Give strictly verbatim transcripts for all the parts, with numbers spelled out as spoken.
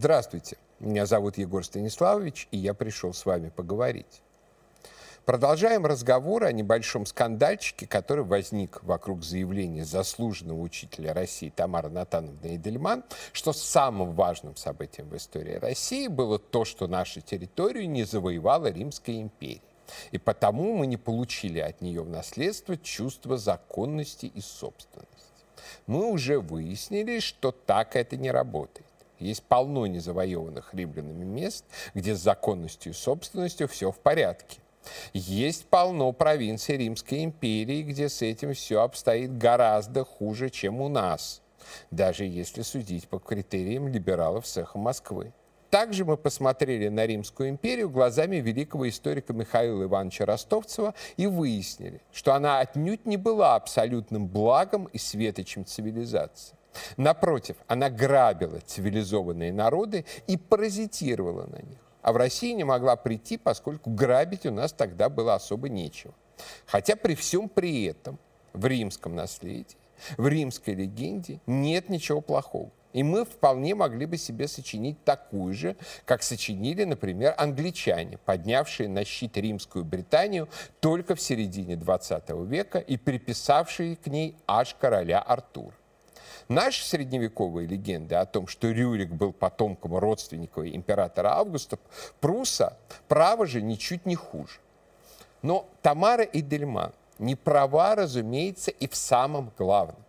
Здравствуйте, меня зовут Егор Станиславович, и я пришел с вами поговорить. Продолжаем разговор о небольшом скандальчике, который возник вокруг заявления заслуженного учителя России Тамары Натановны Эдельман, что самым важным событием в истории России было то, что нашу территорию не завоевала Римская империя. И потому мы не получили от нее в наследство чувство законности и собственности. Мы уже выяснили, что так это не работает. Есть полно незавоеванных римлянами мест, где с законностью и собственностью все в порядке. Есть полно провинций Римской империи, где с этим все обстоит гораздо хуже, чем у нас, даже если судить по критериям либералов цеха Москвы. Также мы посмотрели на Римскую империю глазами великого историка Михаила Ивановича Ростовцева и выяснили, что она отнюдь не была абсолютным благом и светочем цивилизации. Напротив, она грабила цивилизованные народы и паразитировала на них. А в России не могла прийти, поскольку грабить у нас тогда было особо нечего. Хотя при всем при этом в римском наследии, в римской легенде нет ничего плохого. И мы вполне могли бы себе сочинить такую же, как сочинили, например, англичане, поднявшие на щит римскую Британию только в середине двадцатого века и приписавшие к ней аж короля Артура. Наши средневековые легенды о том, что Рюрик был потомком родственника императора Августа Прусса, право же ничуть не хуже. Но Тамара Эдельман не права, разумеется, и в самом главном.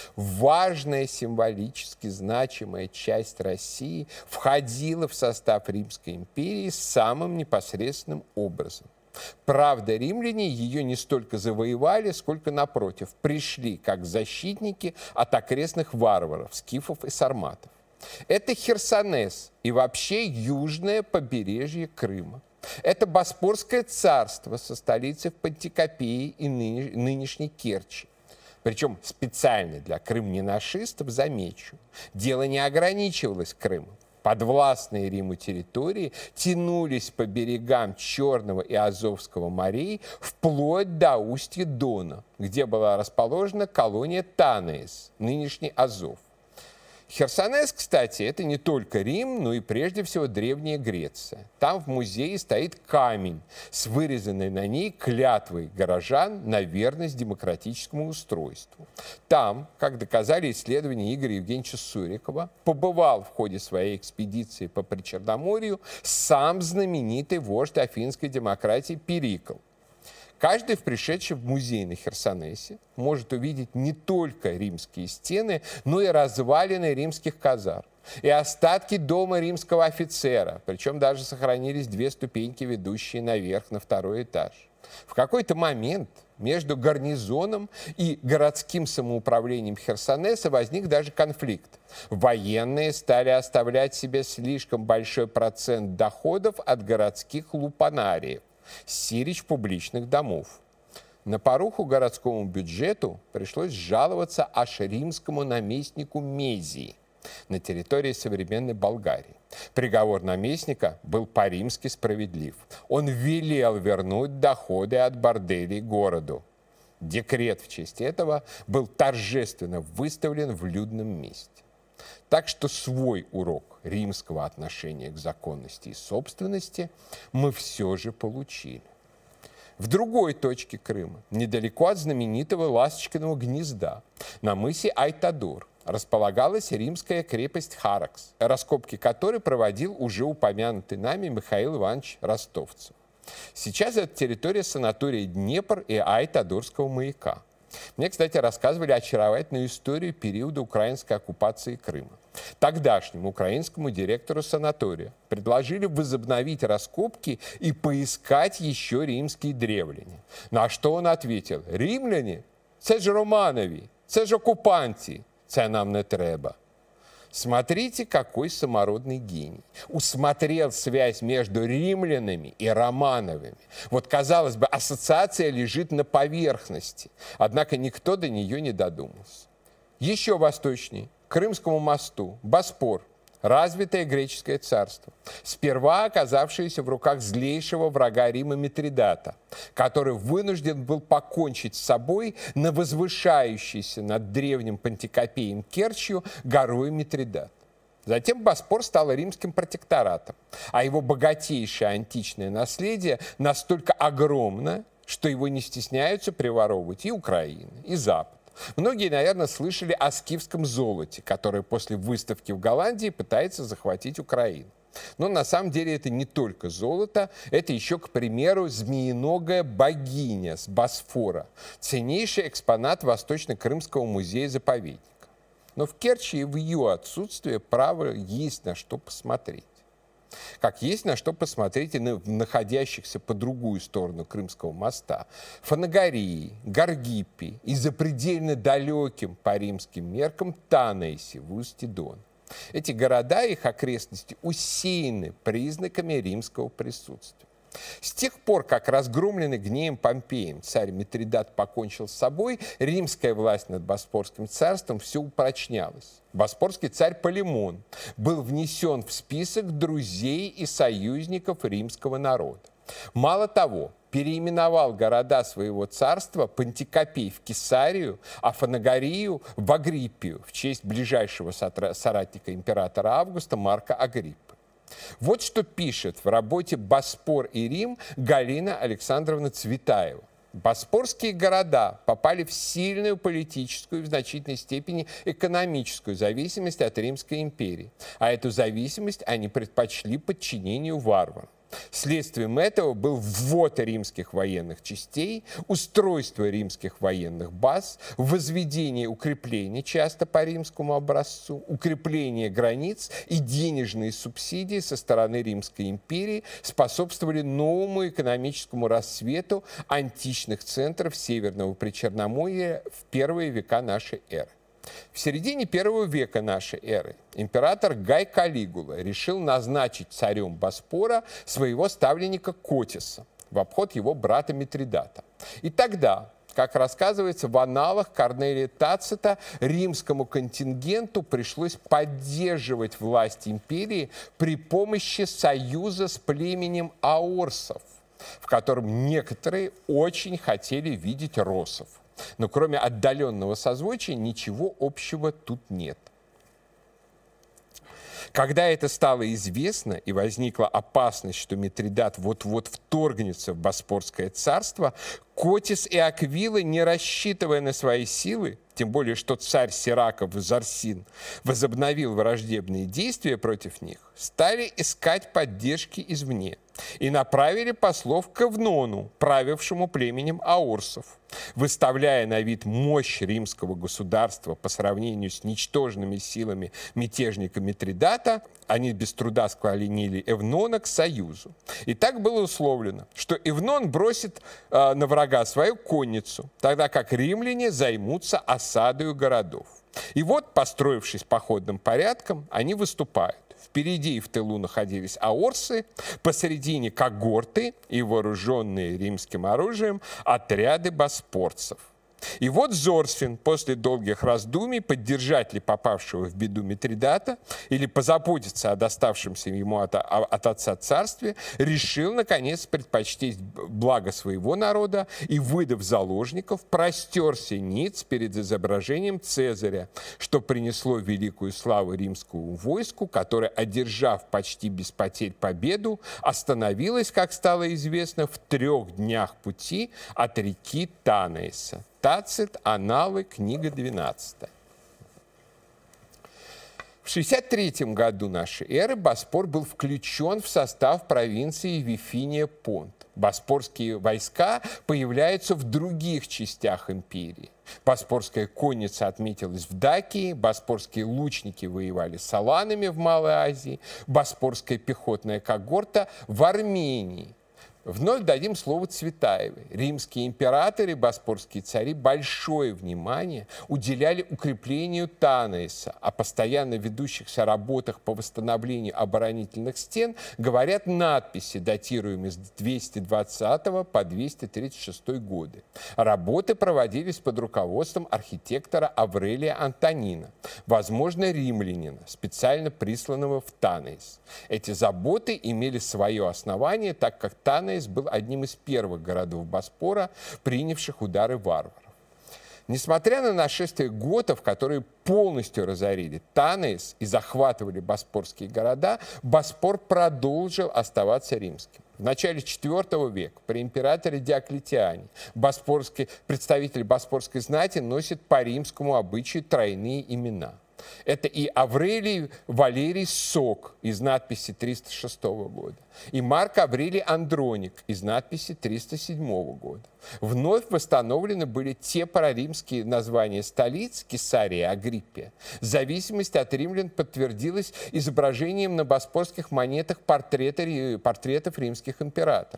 Важная символически значимая часть России входила в состав Римской империи самым непосредственным образом. Правда, римляне ее не столько завоевали, сколько, напротив, пришли как защитники от окрестных варваров, скифов и сарматов. Это Херсонес и вообще южное побережье Крыма. Это Боспорское царство со столицей в Пантикопее и нынешней Керчи. Причем специально для крымненашистов замечу, дело не ограничивалось Крымом. Подвластные Риму территории тянулись по берегам Черного и Азовского морей вплоть до устья Дона, где была расположена колония Танаис, нынешний Азов. Херсонес, кстати, это не только Рим, но и прежде всего Древняя Греция. Там в музее стоит камень с вырезанной на ней клятвой горожан на верность демократическому устройству. Там, как доказали исследования Игоря Евгеньевича Сурикова, побывал в ходе своей экспедиции по Причерноморью сам знаменитый вождь афинской демократии Перикл. Каждый, пришедший в музей на Херсонесе, может увидеть не только римские стены, но и развалины римских казарм, и остатки дома римского офицера, причем даже сохранились две ступеньки, ведущие наверх на второй этаж. В какой-то момент между гарнизоном и городским самоуправлением Херсонеса возник даже конфликт. Военные стали оставлять себе слишком большой процент доходов от городских лупанариев, сирич публичных домов. На поруху городскому бюджету пришлось жаловаться аж римскому наместнику Мезии на территории современной Болгарии. Приговор наместника был по-римски справедлив. Он велел вернуть доходы от борделей городу. Декрет в честь этого был торжественно выставлен в людном месте. Так что свой урок римского отношения к законности и собственности мы все же получили. В другой точке Крыма, недалеко от знаменитого Ласточкиного гнезда, на мысе Айтадор, располагалась римская крепость Харакс, раскопки которой проводил уже упомянутый нами Михаил Иванович Ростовцев. Сейчас это территория санатория Днепр и Айтадорского маяка. Мне, кстати, рассказывали очаровательную историю периода украинской оккупации Крыма. Тогдашнему украинскому директору санатория предложили возобновить раскопки и поискать еще римские древляне. На что он ответил: «Римляне? Це ж Романові, це ж оккупанти, це нам не треба». Смотрите, какой самородный гений. Усмотрел связь между римлянами и Романовыми. Вот, казалось бы, ассоциация лежит на поверхности, однако никто до нее не додумался. Еще восточнее, к Крымскому мосту, Боспор, развитое греческое царство, сперва оказавшееся в руках злейшего врага Рима Митридата, который вынужден был покончить с собой на возвышающейся над древним Пантикопеем Керчью горой Митридат. Затем Боспор стал римским протекторатом, а его богатейшее античное наследие настолько огромно, что его не стесняются приворовывать и Украина, и Запад. Многие, наверное, слышали о скифском золоте, которое после выставки в Голландии пытается захватить Украину. Но на самом деле это не только золото, это еще, к примеру, змеиногая богиня с Босфора, ценнейший экспонат Восточно-Крымского музея-заповедника. Но в Керчи и в ее отсутствие, право, есть на что посмотреть. Как есть на что посмотреть и на находящихся по другую сторону Крымского моста Фанагории, Гаргиппи и запредельно далеким по римским меркам Танейсе в устье Дона. Эти города и их окрестности усеяны признаками римского присутствия. С тех пор, как разгромленный гнеем Помпеем царь Митридат покончил с собой, римская власть над Боспорским царством все упрочнялась. Боспорский царь Полемон был внесен в список друзей и союзников римского народа. Мало того, переименовал города своего царства Пантикопей в Кесарию, а Фанагорию в Агриппию в честь ближайшего соратника императора Августа Марка Агриппы. Вот что пишет в работе «Боспор и Рим» Галина Александровна Цветаева. Боспорские города попали в сильную политическую и в значительной степени экономическую зависимость от Римской империи, а эту зависимость они предпочли подчинению варварам. Следствием этого был ввод римских военных частей, устройство римских военных баз, возведение укреплений, часто по римскому образцу, укрепление границ и денежные субсидии со стороны Римской империи способствовали новому экономическому рассвету античных центров Северного Причерноморья в первые века нашей эры. В середине первого века нашей эры император Гай Калигула решил назначить царем Боспора своего ставленника Котиса в обход его брата Митридата. И тогда, как рассказывается в аналах Корнелия Тацита, римскому контингенту пришлось поддерживать власть империи при помощи союза с племенем аорсов, в котором некоторые очень хотели видеть россов. Но кроме отдаленного созвучия ничего общего тут нет. Когда это стало известно и возникла опасность, что Митридат вот-вот вторгнется в Боспорское царство, Котис и Аквила, не рассчитывая на свои силы, тем более что царь Сираков Зарсин возобновил враждебные действия против них, стали искать поддержки извне и направили послов к Эвнону, правившему племенем аорсов. Выставляя на вид мощь римского государства по сравнению с ничтожными силами мятежника Митридата, они без труда склонили Эвнона к союзу. И так было условлено, что Эвнон бросит э, на врага свою конницу, тогда как римляне займутся осадою городов. И вот, построившись походным порядком, они выступают. Впереди и в тылу находились аорсы, посередине когорты и вооруженные римским оружием отряды боспорцев. И вот Зорсин после долгих раздумий, поддержать ли попавшего в беду Митридата или позаботиться о доставшемся ему от, от отца царстве, решил, наконец, предпочесть благо своего народа и, выдав заложников, простерся ниц перед изображением Цезаря, что принесло великую славу римскому войску, которое, одержав почти без потерь победу, остановилось, как стало известно, в трех днях пути от реки Танейса. Тацит, Аналы, книга двенадцатая. В шестьдесят третьем году нашей эры Боспор был включен в состав провинции Вифиния-Понт. Боспорские войска появляются в других частях империи. Боспорская конница отметилась в Дакии, боспорские лучники воевали с аланами в Малой Азии, боспорская пехотная когорта в Армении. Вновь дадим слово Цветаевой. Римские императоры, боспорские цари большое внимание уделяли укреплению Танейса, а постоянно ведущихся работах по восстановлению оборонительных стен говорят надписи, датируемые с двести двадцатого по двести тридцать шестой годы. Работы проводились под руководством архитектора Аврелия Антонина, возможно, римлянина, специально присланного в Танейс. Эти заботы имели свое основание, так как Танейс был одним из первых городов Боспора, принявших удары варваров. Несмотря на нашествие готов, которые полностью разорили Танаис и захватывали боспорские города, Боспор продолжил оставаться римским. В начале четвёртого века при императоре Диоклетиане боспорский, представители боспорской знати носят по римскому обычаю тройные имена. Это и Аврелий Валерий Сок из надписи триста шестого года, и Марк Аврелий Андроник из надписи триста седьмого года. Вновь восстановлены были те проримские названия столиц Кесария, Агриппия. Зависимость от римлян подтвердилась изображением на боспорских монетах портрета, портретов римских императоров.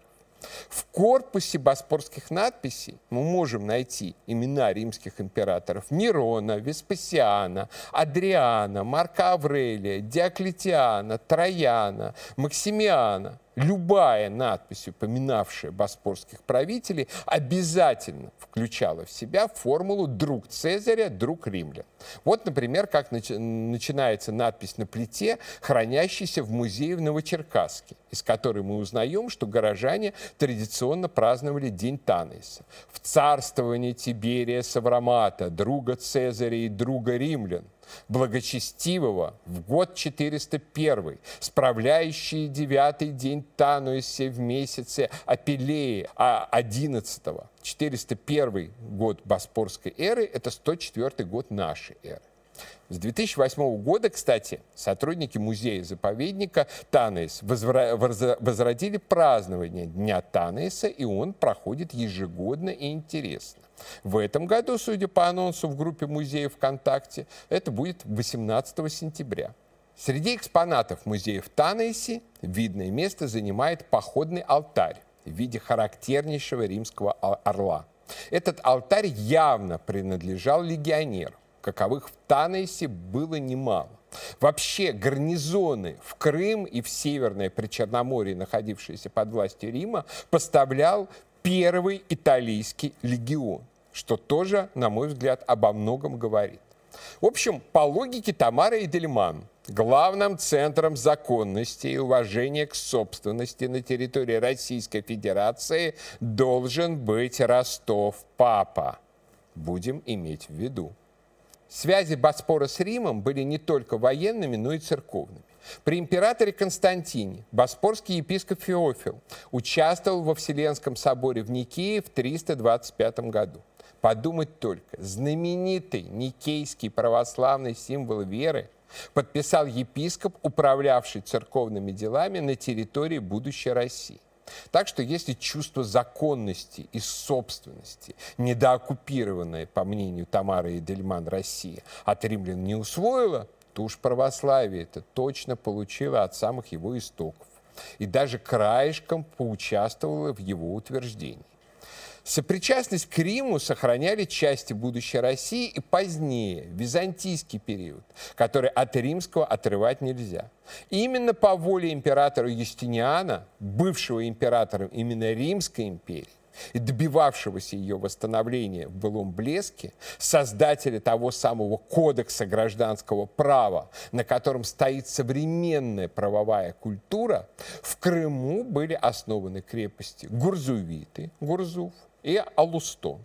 В корпусе боспорских надписей мы можем найти имена римских императоров Нерона, Веспасиана, Адриана, Марка Аврелия, Диоклетиана, Трояна, Максимиана. Любая надпись, упоминавшая боспорских правителей, обязательно включала в себя формулу «друг Цезаря, друг римлян». Вот, например, как начи- начинается надпись на плите, хранящейся в музее в Новочеркасске, из которой мы узнаем, что горожане традиционно праздновали День Танаиса. «В царствовании Тиберия Савромата, друга Цезаря и друга римлян, благочестивого в год четыреста первый, справляющие девятый день Тануиса в месяце Апеллеи, а одиннадцатого, четыреста первый год Боспорской эры, это сто четвёртый год нашей эры. С две тысячи восьмого года, кстати, сотрудники музея-заповедника Танаис возродили празднование Дня Танаиса, и он проходит ежегодно и интересно. В этом году, судя по анонсу в группе музея ВКонтакте, это будет восемнадцатого сентября. Среди экспонатов музея в Танаисе видное место занимает походный алтарь в виде характернейшего римского орла. Этот алтарь явно принадлежал легионеру, каковых в Танаисе было немало. Вообще гарнизоны в Крым и в Северное Причерноморье, находившиеся под властью Рима, поставлял Первый Италийский легион, что тоже, на мой взгляд, обо многом говорит. В общем, по логике Тамары Эдельман, главным центром законности и уважения к собственности на территории Российской Федерации должен быть Ростов-Папа. Будем иметь в виду. Связи Боспора с Римом были не только военными, но и церковными. При императоре Константине боспорский епископ Феофил участвовал во Вселенском соборе в Никее в триста двадцать пятом году. Подумать только, знаменитый никейский православный символ веры подписал епископ, управлявший церковными делами на территории будущей России. Так что если чувство законности и собственности, недооккупированное, по мнению Тамары Эдельман, Россия, от римлян не усвоила, то уж православие это точно получило от самых его истоков и даже краешком поучаствовало в его утверждении. Сопричастность к Риму сохраняли части будущей России и позднее, в византийский период, который от римского отрывать нельзя. И именно по воле императора Юстиниана, бывшего императором именно Римской империи, и добивавшегося ее восстановления в былом блеске, создателя того самого кодекса гражданского права, на котором стоит современная правовая культура, в Крыму были основаны крепости Гурзувиты, Гурзуф, и Алустон.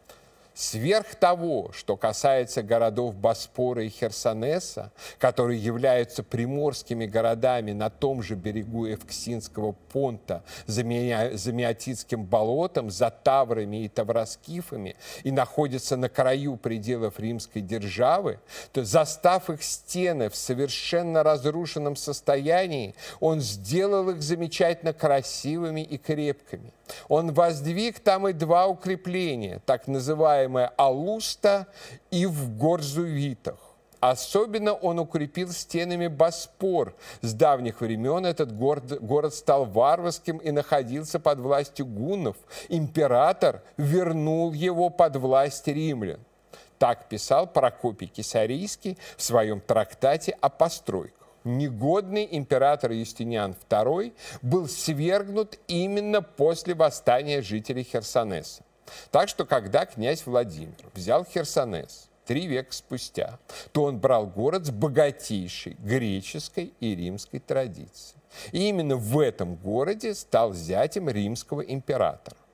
Сверх того, что касается городов Боспора и Херсонеса, которые являются приморскими городами на том же берегу Евксинского понта, за Меотитским болотом, за Таврами и Тавроскифами, и находятся на краю пределов римской державы, то, застав их стены в совершенно разрушенном состоянии, он сделал их замечательно красивыми и крепкими. Он воздвиг там и два укрепления, так называемые Алуста и в Горзувитах. Особенно он укрепил стенами Боспор. С давних времен этот город, город стал варварским и находился под властью гуннов. Император вернул его под власть римлян. Так писал Прокопий Кесарийский в своем трактате о постройках. Негодный император Юстиниан второй был свергнут именно после восстания жителей Херсонеса. Так что, когда князь Владимир взял Херсонес три века спустя, то он брал город с богатейшей греческой и римской традицией. И именно в этом городе стал зятем римского императора.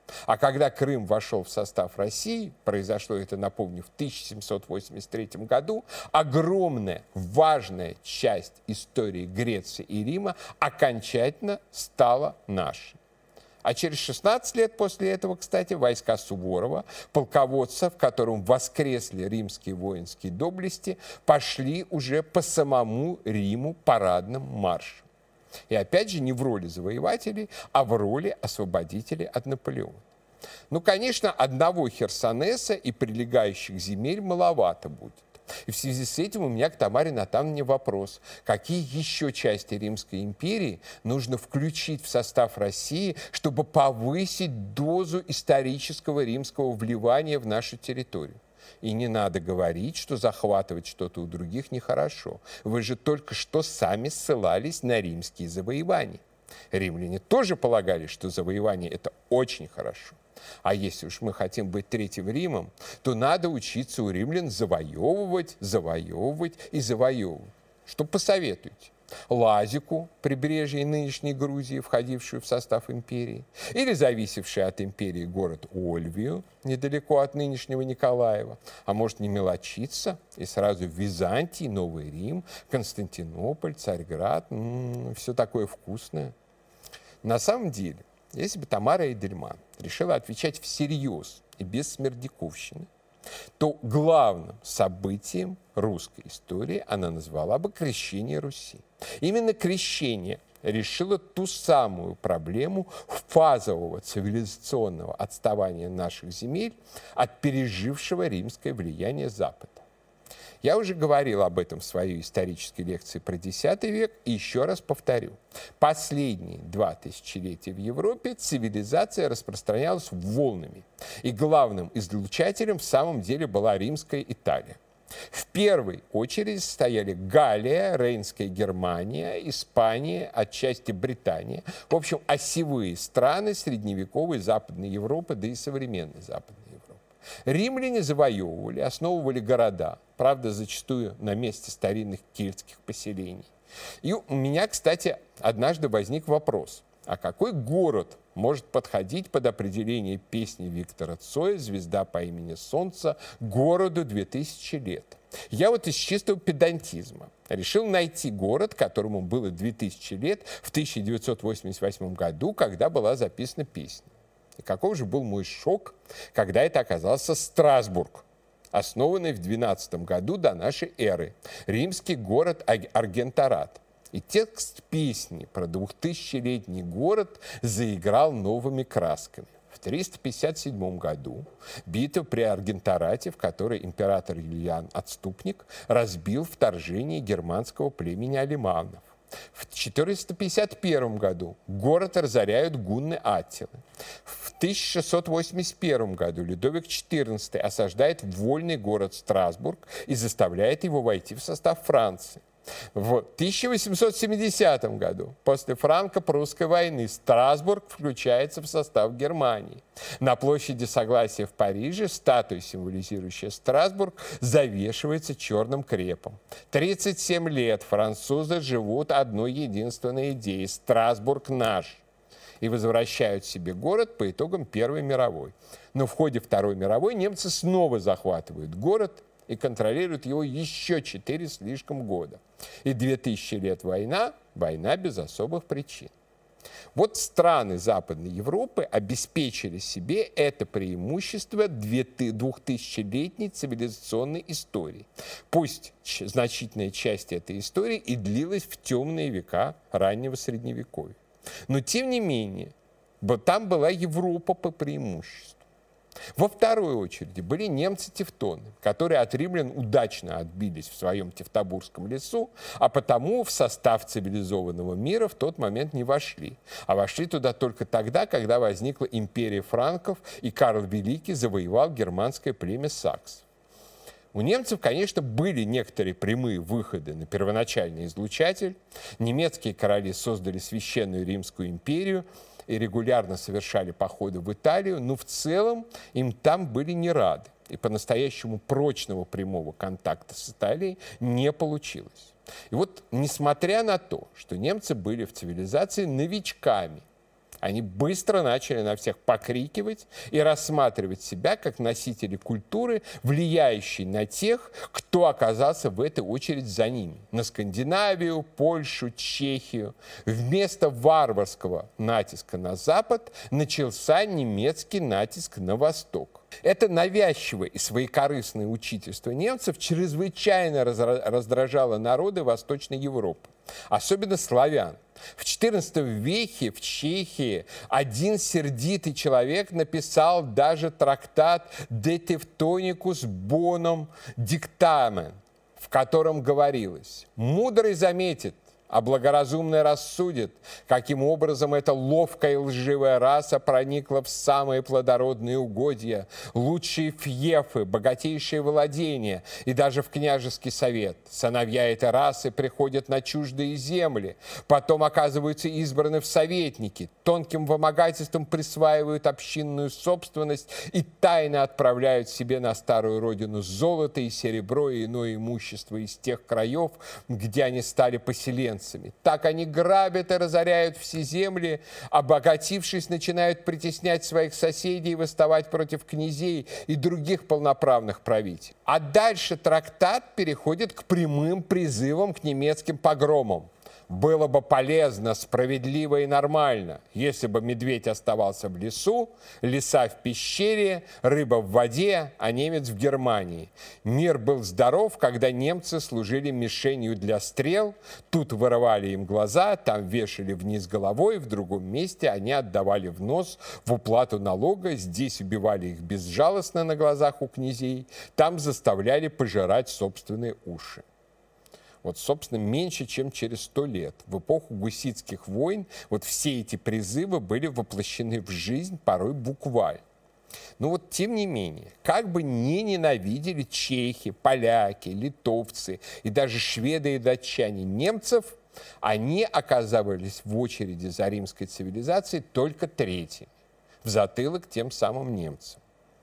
А когда Крым вошел в состав России, произошло это, напомню, в тысяча семьсот восемьдесят третьем году, огромная, важная часть истории Греции и Рима окончательно стала нашей. А через шестнадцать лет после этого, кстати, войска Суворова, полководца, в котором воскресли римские воинские доблести, пошли уже по самому Риму парадным маршем. И опять же не в роли завоевателей, а в роли освободителей от Наполеона. Ну, конечно, одного Херсонеса и прилегающих земель маловато будет. И в связи с этим у меня к Тамаре Натановне вопрос. Какие еще части Римской империи нужно включить в состав России, чтобы повысить дозу исторического римского вливания в нашу территорию? И не надо говорить, что захватывать что-то у других нехорошо. Вы же только что сами ссылались на римские завоевания. Римляне тоже полагали, что завоевание – это очень хорошо. А если уж мы хотим быть Третьим Римом, то надо учиться у римлян завоевывать, завоевывать и завоевывать. Что посоветуете? Лазику, прибрежье нынешней Грузии, входившую в состав империи, или зависевший от империи город Ольвию, недалеко от нынешнего Николаева, а может не мелочиться, и сразу Византий, Новый Рим, Константинополь, Царьград, м-м, все такое вкусное. На самом деле, если бы Тамара Эйдельман решила отвечать всерьез и без смердяковщины, то главным событием русской истории она назвала бы крещение Руси. Именно крещение решило ту самую проблему фазового цивилизационного отставания наших земель от пережившего римское влияние Запада. Я уже говорил об этом в своей исторической лекции про десятый век, и еще раз повторю. Последние два тысячелетия в Европе цивилизация распространялась волнами. И главным излучателем в самом деле была римская Италия. В первой очереди стояли Галлия, Рейнская Германия, Испания, отчасти Британия. В общем, осевые страны средневековой Западной Европы, да и современной Западной Европы. Римляне завоевывали, основывали города, правда, зачастую на месте старинных кельтских поселений. И у меня, кстати, однажды возник вопрос, а какой город может подходить под определение песни Виктора Цоя «Звезда по имени Солнце» городу две тысячи лет? Я вот из чистого педантизма решил найти город, которому было две тысячи лет в тысяча девятьсот восемьдесят восьмом году, когда была записана песня. И каков же был мой шок, когда это оказался Страсбург, основанный в двенадцатом году до нашей эры, римский город Аргенторат. И текст песни про двухтысячелетний город заиграл новыми красками. В триста пятьдесят седьмом году битва при Аргенторате, в которой император Юлиан Отступник разбил вторжение германского племени алеманов. В четыреста пятьдесят первом году город разоряют гунны Аттилы. В тысяча шестьсот восемьдесят первом году Людовик четырнадцатый осаждает вольный город Страсбург и заставляет его войти в состав Франции. В тысяча восемьсот семидесятом году, после франко-прусской войны, Страсбург включается в состав Германии. На площади Согласия в Париже статуя, символизирующая Страсбург, завешивается черным крепом. тридцать семь лет французы живут одной единственной идеей – Страсбург наш. И возвращают себе город по итогам Первой мировой. Но в ходе Второй мировой немцы снова захватывают город и контролируют его еще четыре слишком года. И две тысячи лет война, война без особых причин. Вот страны Западной Европы обеспечили себе это преимущество двухтысячелетней цивилизационной истории. Пусть значительная часть этой истории и длилась в темные века раннего Средневековья. Но тем не менее, там была Европа по преимуществу. Во второй очереди были немцы-тевтоны, которые от римлян удачно отбились в своем Тевтобурском лесу, а потому в состав цивилизованного мира в тот момент не вошли. А вошли туда только тогда, когда возникла империя франков, и Карл Великий завоевал германское племя саксов. У немцев, конечно, были некоторые прямые выходы на первоначальный излучатель. Немецкие короли создали Священную Римскую империю и регулярно совершали походы в Италию, но в целом им там были не рады. И по-настоящему прочного прямого контакта с Италией не получилось. И вот, несмотря на то, что немцы были в цивилизации новичками, Они быстро начали на всех покрикивать и рассматривать себя как носители культуры, влияющей на тех, кто оказался в этой очереди за ними. На Скандинавию, Польшу, Чехию. Вместо варварского натиска на Запад начался немецкий натиск на Восток. Это навязчивое и своекорыстное учительство немцев чрезвычайно раздражало народы Восточной Европы, особенно славян. В четырнадцатом веке в Чехии один сердитый человек написал даже трактат «De Teutonicus bonum dictamen», в котором говорилось: «Мудрый заметит, а благоразумный рассудит, каким образом эта ловкая и лживая раса проникла в самые плодородные угодья, лучшие фьефы, богатейшие владения и даже в княжеский совет. Сыновья этой расы приходят на чуждые земли, потом оказываются избраны в советники, тонким вымогательством присваивают общинную собственность и тайно отправляют себе на старую родину золото и серебро и иное имущество из тех краев, где они стали поселенцами. Так они грабят и разоряют все земли, обогатившись, начинают притеснять своих соседей и восставать против князей и других полноправных правителей. А дальше трактат переходит к прямым призывам к немецким погромам. Было бы полезно, справедливо и нормально, если бы медведь оставался в лесу, лиса в пещере, рыба в воде, а немец в Германии. Мир был здоров, когда немцы служили мишенью для стрел, тут вырывали им глаза, там вешали вниз головой, в другом месте они отдавали в нос в уплату налога, здесь убивали их безжалостно на глазах у князей, там заставляли пожирать собственные уши. Вот, собственно, меньше, чем через сто лет, в эпоху гуситских войн, вот все эти призывы были воплощены в жизнь, порой буквально. Но вот, тем не менее, как бы не ненавидели чехи, поляки, литовцы и даже шведы и датчане немцев, они оказывались в очереди за римской цивилизацией только третьими, в затылок тем самым немцам.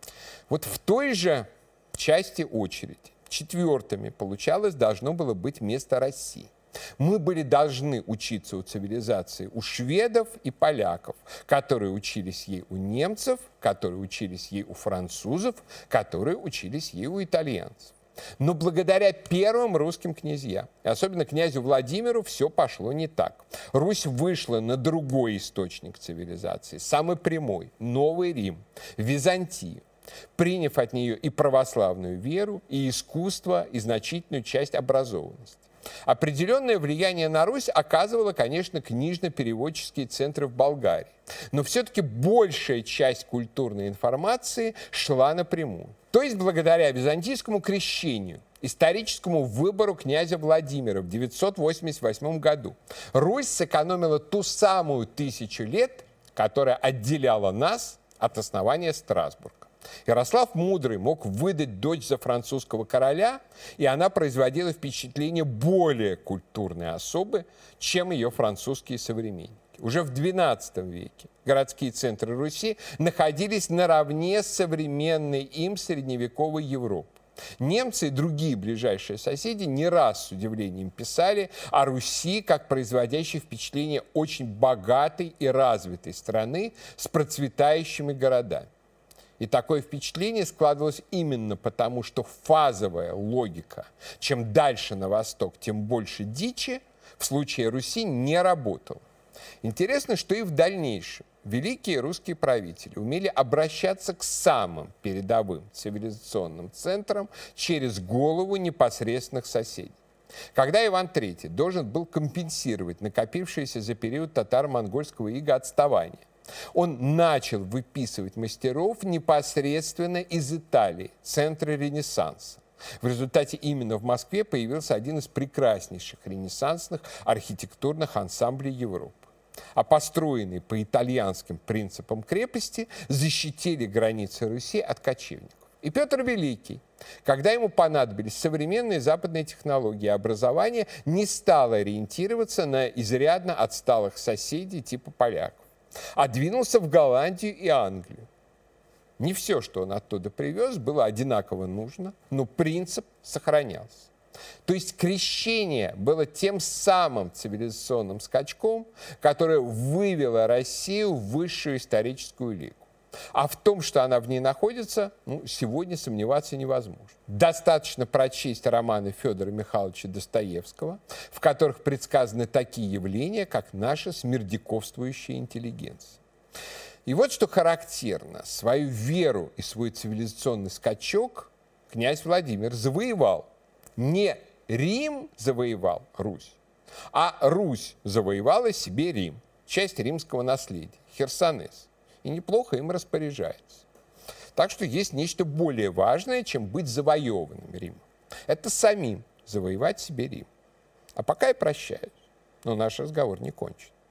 Вот в той же части очереди четвертыми, получалось, должно было быть место России. Мы были должны учиться у цивилизации у шведов и поляков, которые учились ей у немцев, которые учились ей у французов, которые учились ей у итальянцев. Но благодаря первым русским князьям, особенно князю Владимиру, все пошло не так. Русь вышла на другой источник цивилизации, самый прямой, Новый Рим, Византию, приняв от нее и православную веру, и искусство, и значительную часть образованности. Определенное влияние на Русь оказывало, конечно, книжно-переводческие центры в Болгарии. Но все-таки большая часть культурной информации шла напрямую. То есть благодаря византийскому крещению, историческому выбору князя Владимира в девятьсот восемьдесят восьмом году, Русь сэкономила ту самую тысячу лет, которая отделяла нас от основания Страсбурга. Ярослав Мудрый мог выдать дочь за французского короля, и она производила впечатление более культурной особы, чем ее французские современники. Уже в двенадцатом веке городские центры Руси находились наравне с современной им средневековой Европой. Немцы и другие ближайшие соседи не раз с удивлением писали о Руси как производящей впечатление очень богатой и развитой страны с процветающими городами. И такое впечатление складывалось именно потому, что фазовая логика «чем дальше на восток, тем больше дичи» в случае Руси не работала. Интересно, что и в дальнейшем великие русские правители умели обращаться к самым передовым цивилизационным центрам через голову непосредственных соседей. Когда Иван Третий должен был компенсировать накопившееся за период татаро-монгольского ига отставание, он начал выписывать мастеров непосредственно из Италии, центра Ренессанса. В результате именно в Москве появился один из прекраснейших ренессансных архитектурных ансамблей Европы. А построенные по итальянским принципам крепости защитили границы Руси от кочевников. И Петр Великий, когда ему понадобились современные западные технологии образования, не стал ориентироваться на изрядно отсталых соседей типа поляков, а двинулся в Голландию и Англию. Не все, что он оттуда привез, было одинаково нужно, но принцип сохранялся. То есть крещение было тем самым цивилизационным скачком, которое вывело Россию в высшую историческую лигу. А в том, что она в ней находится, ну, сегодня сомневаться невозможно. Достаточно прочесть романы Федора Михайловича Достоевского, в которых предсказаны такие явления, как наша смердяковствующая интеллигенция. И вот что характерно. Свою веру и свой цивилизационный скачок князь Владимир завоевал. Не Рим завоевал Русь, а Русь завоевала себе Рим, часть римского наследия, Херсонес. И неплохо им распоряжается. Так что есть нечто более важное, чем быть завоеванным Римом. Это самим завоевать себе Рим. А пока я прощаюсь, но наш разговор не кончен.